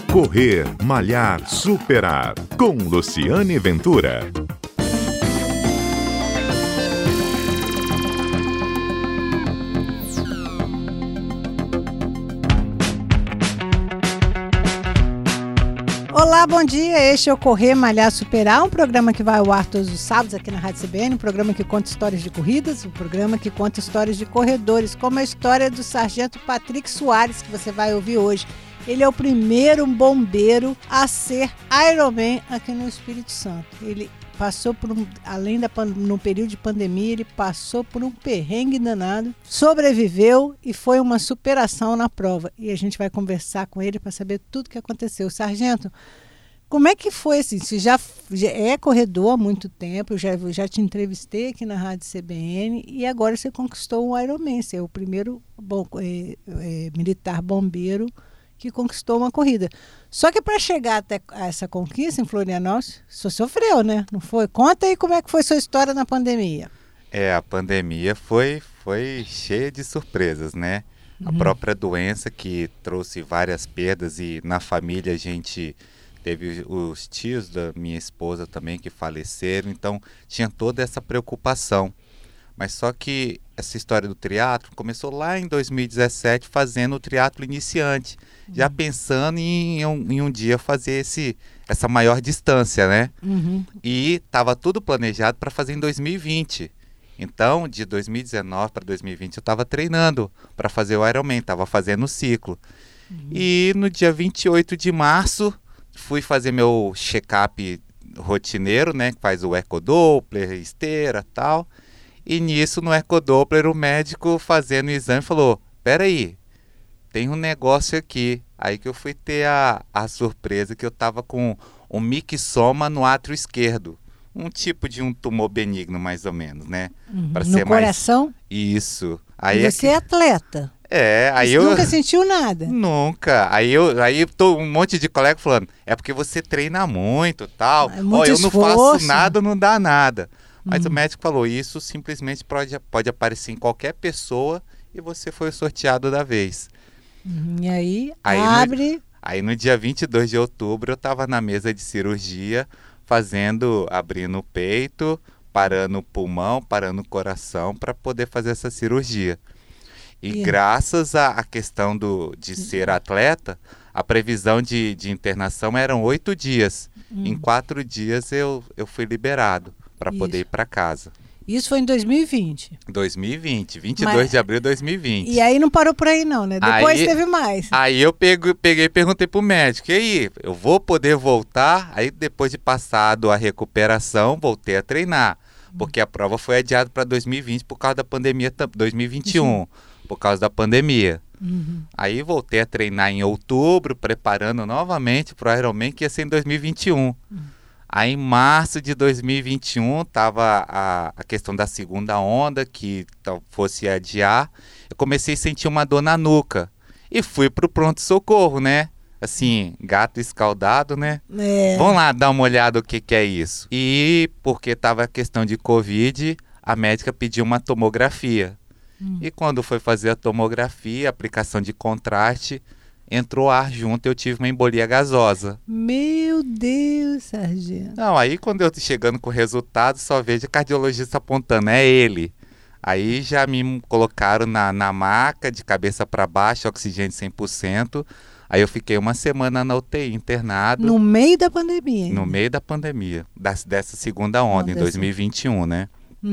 Correr, Malhar, Superar, com Luciane Ventura. Olá, bom dia. Este é o Correr, Malhar, Superar, um programa que vai ao ar todos os sábados aqui na Rádio CBN, um programa que conta histórias de corridas, um programa que conta histórias de corredores, como a história do sargento Patrick Soares, que você vai ouvir hoje. Ele é o primeiro bombeiro a ser Ironman aqui no Espírito Santo. Ele passou por no período de pandemia, ele passou por um perrengue danado, sobreviveu e foi uma superação na prova. E a gente vai conversar com ele para saber tudo o que aconteceu. Sargento, como é que foi assim? Você já é corredor há muito tempo, eu já te entrevistei aqui na Rádio CBN e agora você conquistou o Ironman. Você é o primeiro militar bombeiro que conquistou uma corrida. Só que para chegar até essa conquista em Florianópolis, você sofreu, né? Não foi? Conta aí como é que foi sua história na pandemia. A pandemia foi cheia de surpresas, né? A própria doença que trouxe várias perdas e na família a gente teve os tios da minha esposa também que faleceram, então tinha toda essa preocupação. Mas só que essa história do triatlo começou lá em 2017 fazendo o triatlo iniciante, já pensando em um dia fazer essa maior distância, né? E estava tudo planejado para fazer em 2020. Então, de 2019 para 2020 eu estava treinando para fazer o Ironman, estava fazendo o ciclo. E no dia 28 de março fui fazer meu check-up rotineiro, né? Que faz o ecodoppler, esteira e tal. E nisso, no ecodoppler, o médico fazendo o exame falou, peraí, tem um negócio aqui. Aí que eu fui ter a surpresa que eu estava com um mixoma no átrio esquerdo. Um tipo de um tumor benigno, mais ou menos, né? Pra No ser coração? Mais... Isso. Aí você é atleta. Aí você nunca sentiu nada? Nunca. Aí tô um monte de colega falando, é porque você treina muito e tal. É muito eu não faço nada, não dá nada. Mas o médico falou, isso simplesmente pode aparecer em qualquer pessoa e você foi o sorteado da vez. E aí abre... Aí no dia 22 de outubro eu estava na mesa de cirurgia, abrindo o peito, parando o pulmão, parando o coração para poder fazer essa cirurgia. E graças à questão de ser atleta, a previsão de internação eram 8 dias. Em 4 dias eu fui liberado para poder ir para casa. Isso foi em 2020? 2020, 22 de abril de 2020. E aí não parou por aí não, né? Depois teve mais. Aí eu peguei e perguntei pro médico, e aí, eu vou poder voltar? Aí depois de passado a recuperação, voltei a treinar. Porque a prova foi adiada para 2020 por causa da pandemia, 2021, por causa da pandemia. Aí voltei a treinar em outubro, preparando novamente pro Ironman que ia ser em 2021. Aí em março de 2021 estava a questão da segunda onda, que fosse adiar. Eu comecei a sentir uma dor na nuca e fui pro pronto-socorro, né? Assim, gato escaldado, né? Vamos lá dar uma olhada o que é isso. E porque estava a questão de Covid, a médica pediu uma tomografia. E quando foi fazer a tomografia, aplicação de contraste, entrou ar junto e eu tive uma embolia gasosa. Meu Deus, sargento. Não, aí quando eu chegando com o resultado, só vejo o cardiologista apontando, é ele. Aí já me colocaram na maca, de cabeça para baixo, oxigênio 100%. Aí eu fiquei uma semana na UTI, internado. No meio da pandemia? Ainda. No meio da pandemia, dessa segunda onda, em 2021, né?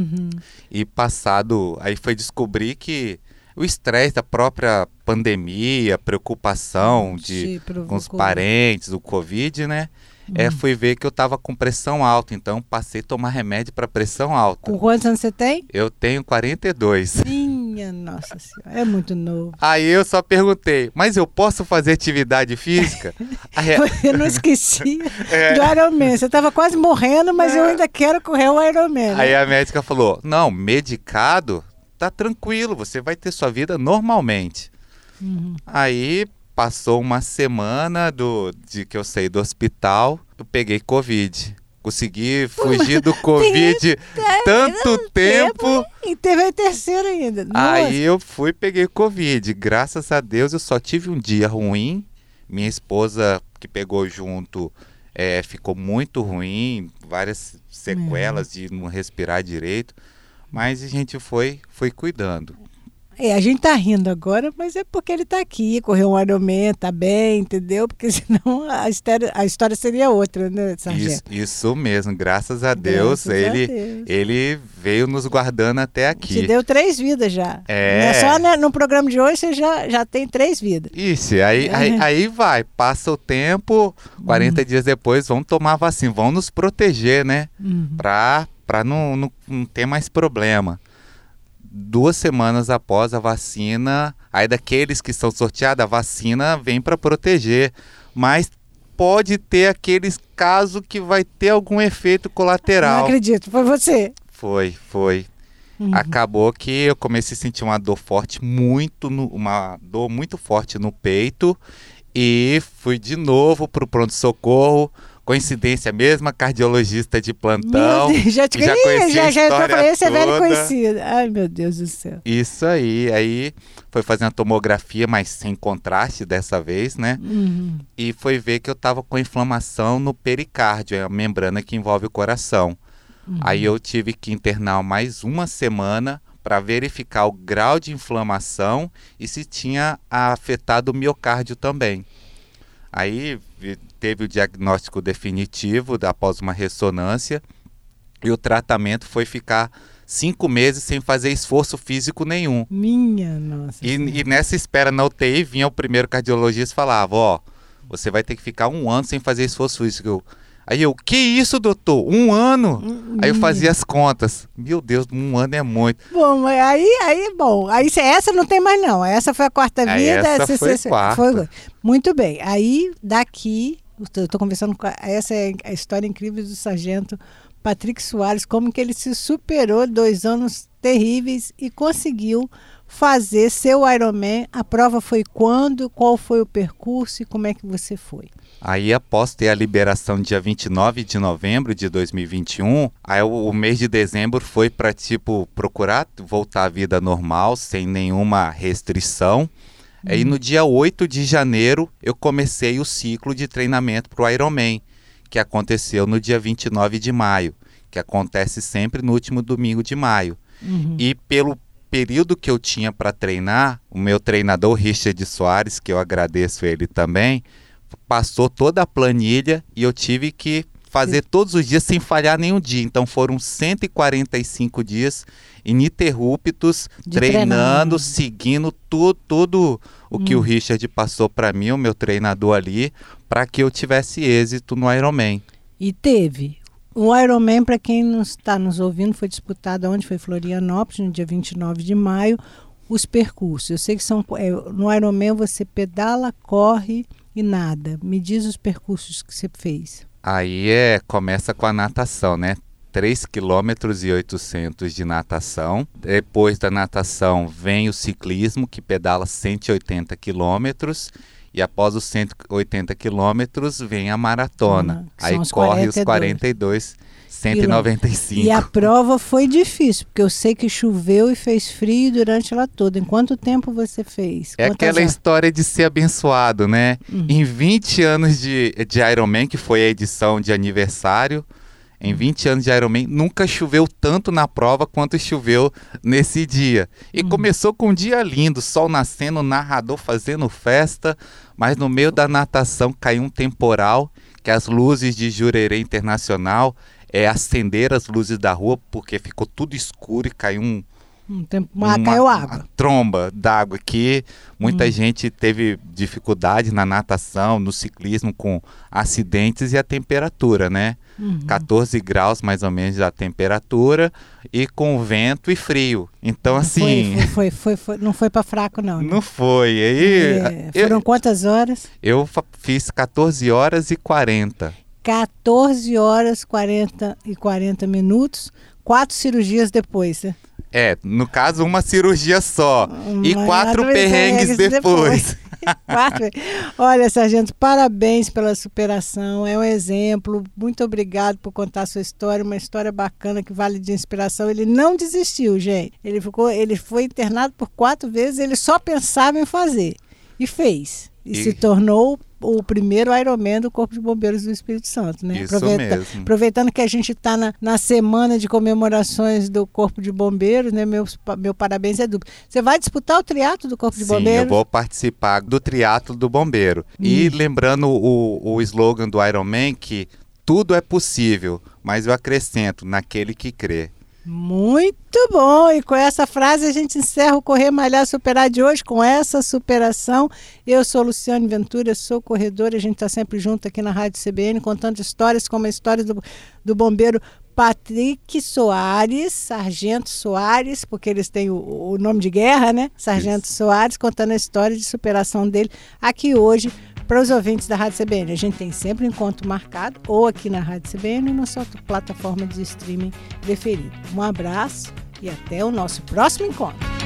E aí foi descobrir que o estresse da própria pandemia, preocupação com os parentes, o Covid, né? Fui ver que eu estava com pressão alta, então passei a tomar remédio para pressão alta. Com quantos anos você tem? Eu tenho 42. Minha nossa senhora, é muito novo. Aí eu só perguntei, mas eu posso fazer atividade física? Eu não esqueci do Ironman. Você estava quase morrendo, mas eu ainda quero correr o Ironman. Aí a médica falou, não, medicado, tá tranquilo, você vai ter sua vida normalmente. Aí passou uma semana de que eu saí do hospital, eu peguei Covid. Consegui fugir do Covid tanto tempo. E teve a terceira ainda. Aí eu fui e peguei Covid. Graças a Deus eu só tive um dia ruim. Minha esposa que pegou junto ficou muito ruim, várias sequelas de não respirar direito, mas a gente foi cuidando. A gente tá rindo agora, mas é porque ele tá aqui, correu um Ironman, tá bem, entendeu? Porque senão a história seria outra, né, Sargento? Isso mesmo, graças a Deus, ele veio nos guardando até aqui. Te deu 3 vidas já. Só no programa de hoje você já tem 3 vidas. Isso, aí vai, passa o tempo, 40 dias depois vamos tomar vacina, vamos nos proteger, né? Pra não ter mais problema. 2 semanas após a vacina, aí daqueles que são sorteados, a vacina vem para proteger, mas pode ter aqueles casos que vai ter algum efeito colateral. Não acredito, foi você? Foi. Acabou que eu comecei a sentir uma dor muito forte no peito e fui de novo para o pronto-socorro. Coincidência mesmo, a cardiologista de plantão. Meu Deus, já conhecia a história esse é velho conhecido. Ai, meu Deus do céu. Isso aí foi fazer uma tomografia, mas sem contraste dessa vez, né? E foi ver que eu estava com inflamação no pericárdio, a membrana que envolve o coração. Aí eu tive que internar mais 1 semana para verificar o grau de inflamação e se tinha afetado o miocárdio também. Aí teve o diagnóstico definitivo após uma ressonância e o tratamento foi ficar 5 meses sem fazer esforço físico nenhum. Minha nossa. E nessa espera na UTI vinha o primeiro cardiologista e falava, você vai ter que ficar 1 ano sem fazer esforço físico. Aí eu, que isso, doutor? 1 ano? Aí eu fazia as contas. Meu Deus, 1 ano é muito. Bom, aí essa não tem mais não. Essa foi a 4ª vida. Essa foi a 4ª. Muito bem. Aí, daqui, eu estou conversando com essa é a história incrível do sargento Patrick Soares, como que ele se superou 2 anos terríveis e conseguiu fazer seu Ironman. A prova foi quando? Qual foi o percurso e como é que você foi? Aí, após ter a liberação dia 29 de novembro de 2021, aí o mês de dezembro foi para, procurar voltar à vida normal, sem nenhuma restrição. Aí, no dia 8 de janeiro, eu comecei o ciclo de treinamento para o Ironman, que aconteceu no dia 29 de maio, que acontece sempre no último domingo de maio. E pelo período que eu tinha para treinar, o meu treinador, Richard Soares, que eu agradeço ele também, passou toda a planilha e eu tive que fazer todos os dias sem falhar nenhum dia. Então foram 145 dias ininterruptos, treinando, seguindo tudo o que o Richard passou para mim, o meu treinador ali, para que eu tivesse êxito no Ironman. E teve. O Ironman, para quem não está nos ouvindo, foi disputado onde? Foi Florianópolis, no dia 29 de maio. Os percursos, eu sei que no Ironman você pedala, corre e nada. Me diz os percursos que você fez. Aí começa com a natação, né? 3,8 km de natação. Depois da natação vem o ciclismo, que pedala 180 km. E após os 180 quilômetros vem a maratona. Aí corre os 42, 195. E a prova foi difícil, porque eu sei que choveu e fez frio durante ela toda. Em quanto tempo você fez? Aquela história de ser abençoado, né? Em 20 anos de Ironman, que foi a edição de aniversário, em 20 anos de Ironman, nunca choveu tanto na prova quanto choveu nesse dia. E começou com um dia lindo, sol nascendo, o narrador fazendo festa, mas no meio da natação caiu um temporal, que as luzes de Jurerê Internacional acenderam as luzes da rua, porque ficou tudo escuro e caiu caiu água. Uma tromba d'água aqui. Muita gente teve dificuldade na natação, no ciclismo, com acidentes e a temperatura, né? 14 graus mais ou menos a temperatura e com vento e frio. Então, assim... não foi para fraco, não. Né? Não foi. Foram quantas horas? Eu fiz 14 horas e 40. 14 horas 40 minutos, 4 cirurgias depois, né? No caso, uma cirurgia só. E 4 perrengues depois. Olha, sargento, parabéns pela superação. É um exemplo. Muito obrigado por contar a sua história. Uma história bacana que vale de inspiração. Ele não desistiu, gente. Ele foi internado por 4 vezes. Ele só pensava em fazer. E fez. E se tornou o primeiro Ironman do Corpo de Bombeiros do Espírito Santo, né? Isso mesmo. Aproveitando que a gente está na semana de comemorações do Corpo de Bombeiros, né? Meu parabéns é duplo. Você vai disputar o triatlo do Corpo de Bombeiros? Sim, eu vou participar do triatlo do bombeiro. E lembrando o slogan do Ironman, que tudo é possível, mas eu acrescento, naquele que crê. Muito bom! E com essa frase a gente encerra o Correr, Malhar, Superar de hoje, com essa superação. Eu sou Luciane Ventura, sou corredora, a gente está sempre junto aqui na Rádio CBN, contando histórias como a história do bombeiro Patrick Soares, Sargento Soares, porque eles têm o nome de guerra, né? Sargento Soares, contando a história de superação dele aqui hoje para os ouvintes da Rádio CBN. A gente tem sempre um encontro marcado, ou aqui na Rádio CBN ou na sua plataforma de streaming preferida. Um abraço e até o nosso próximo encontro.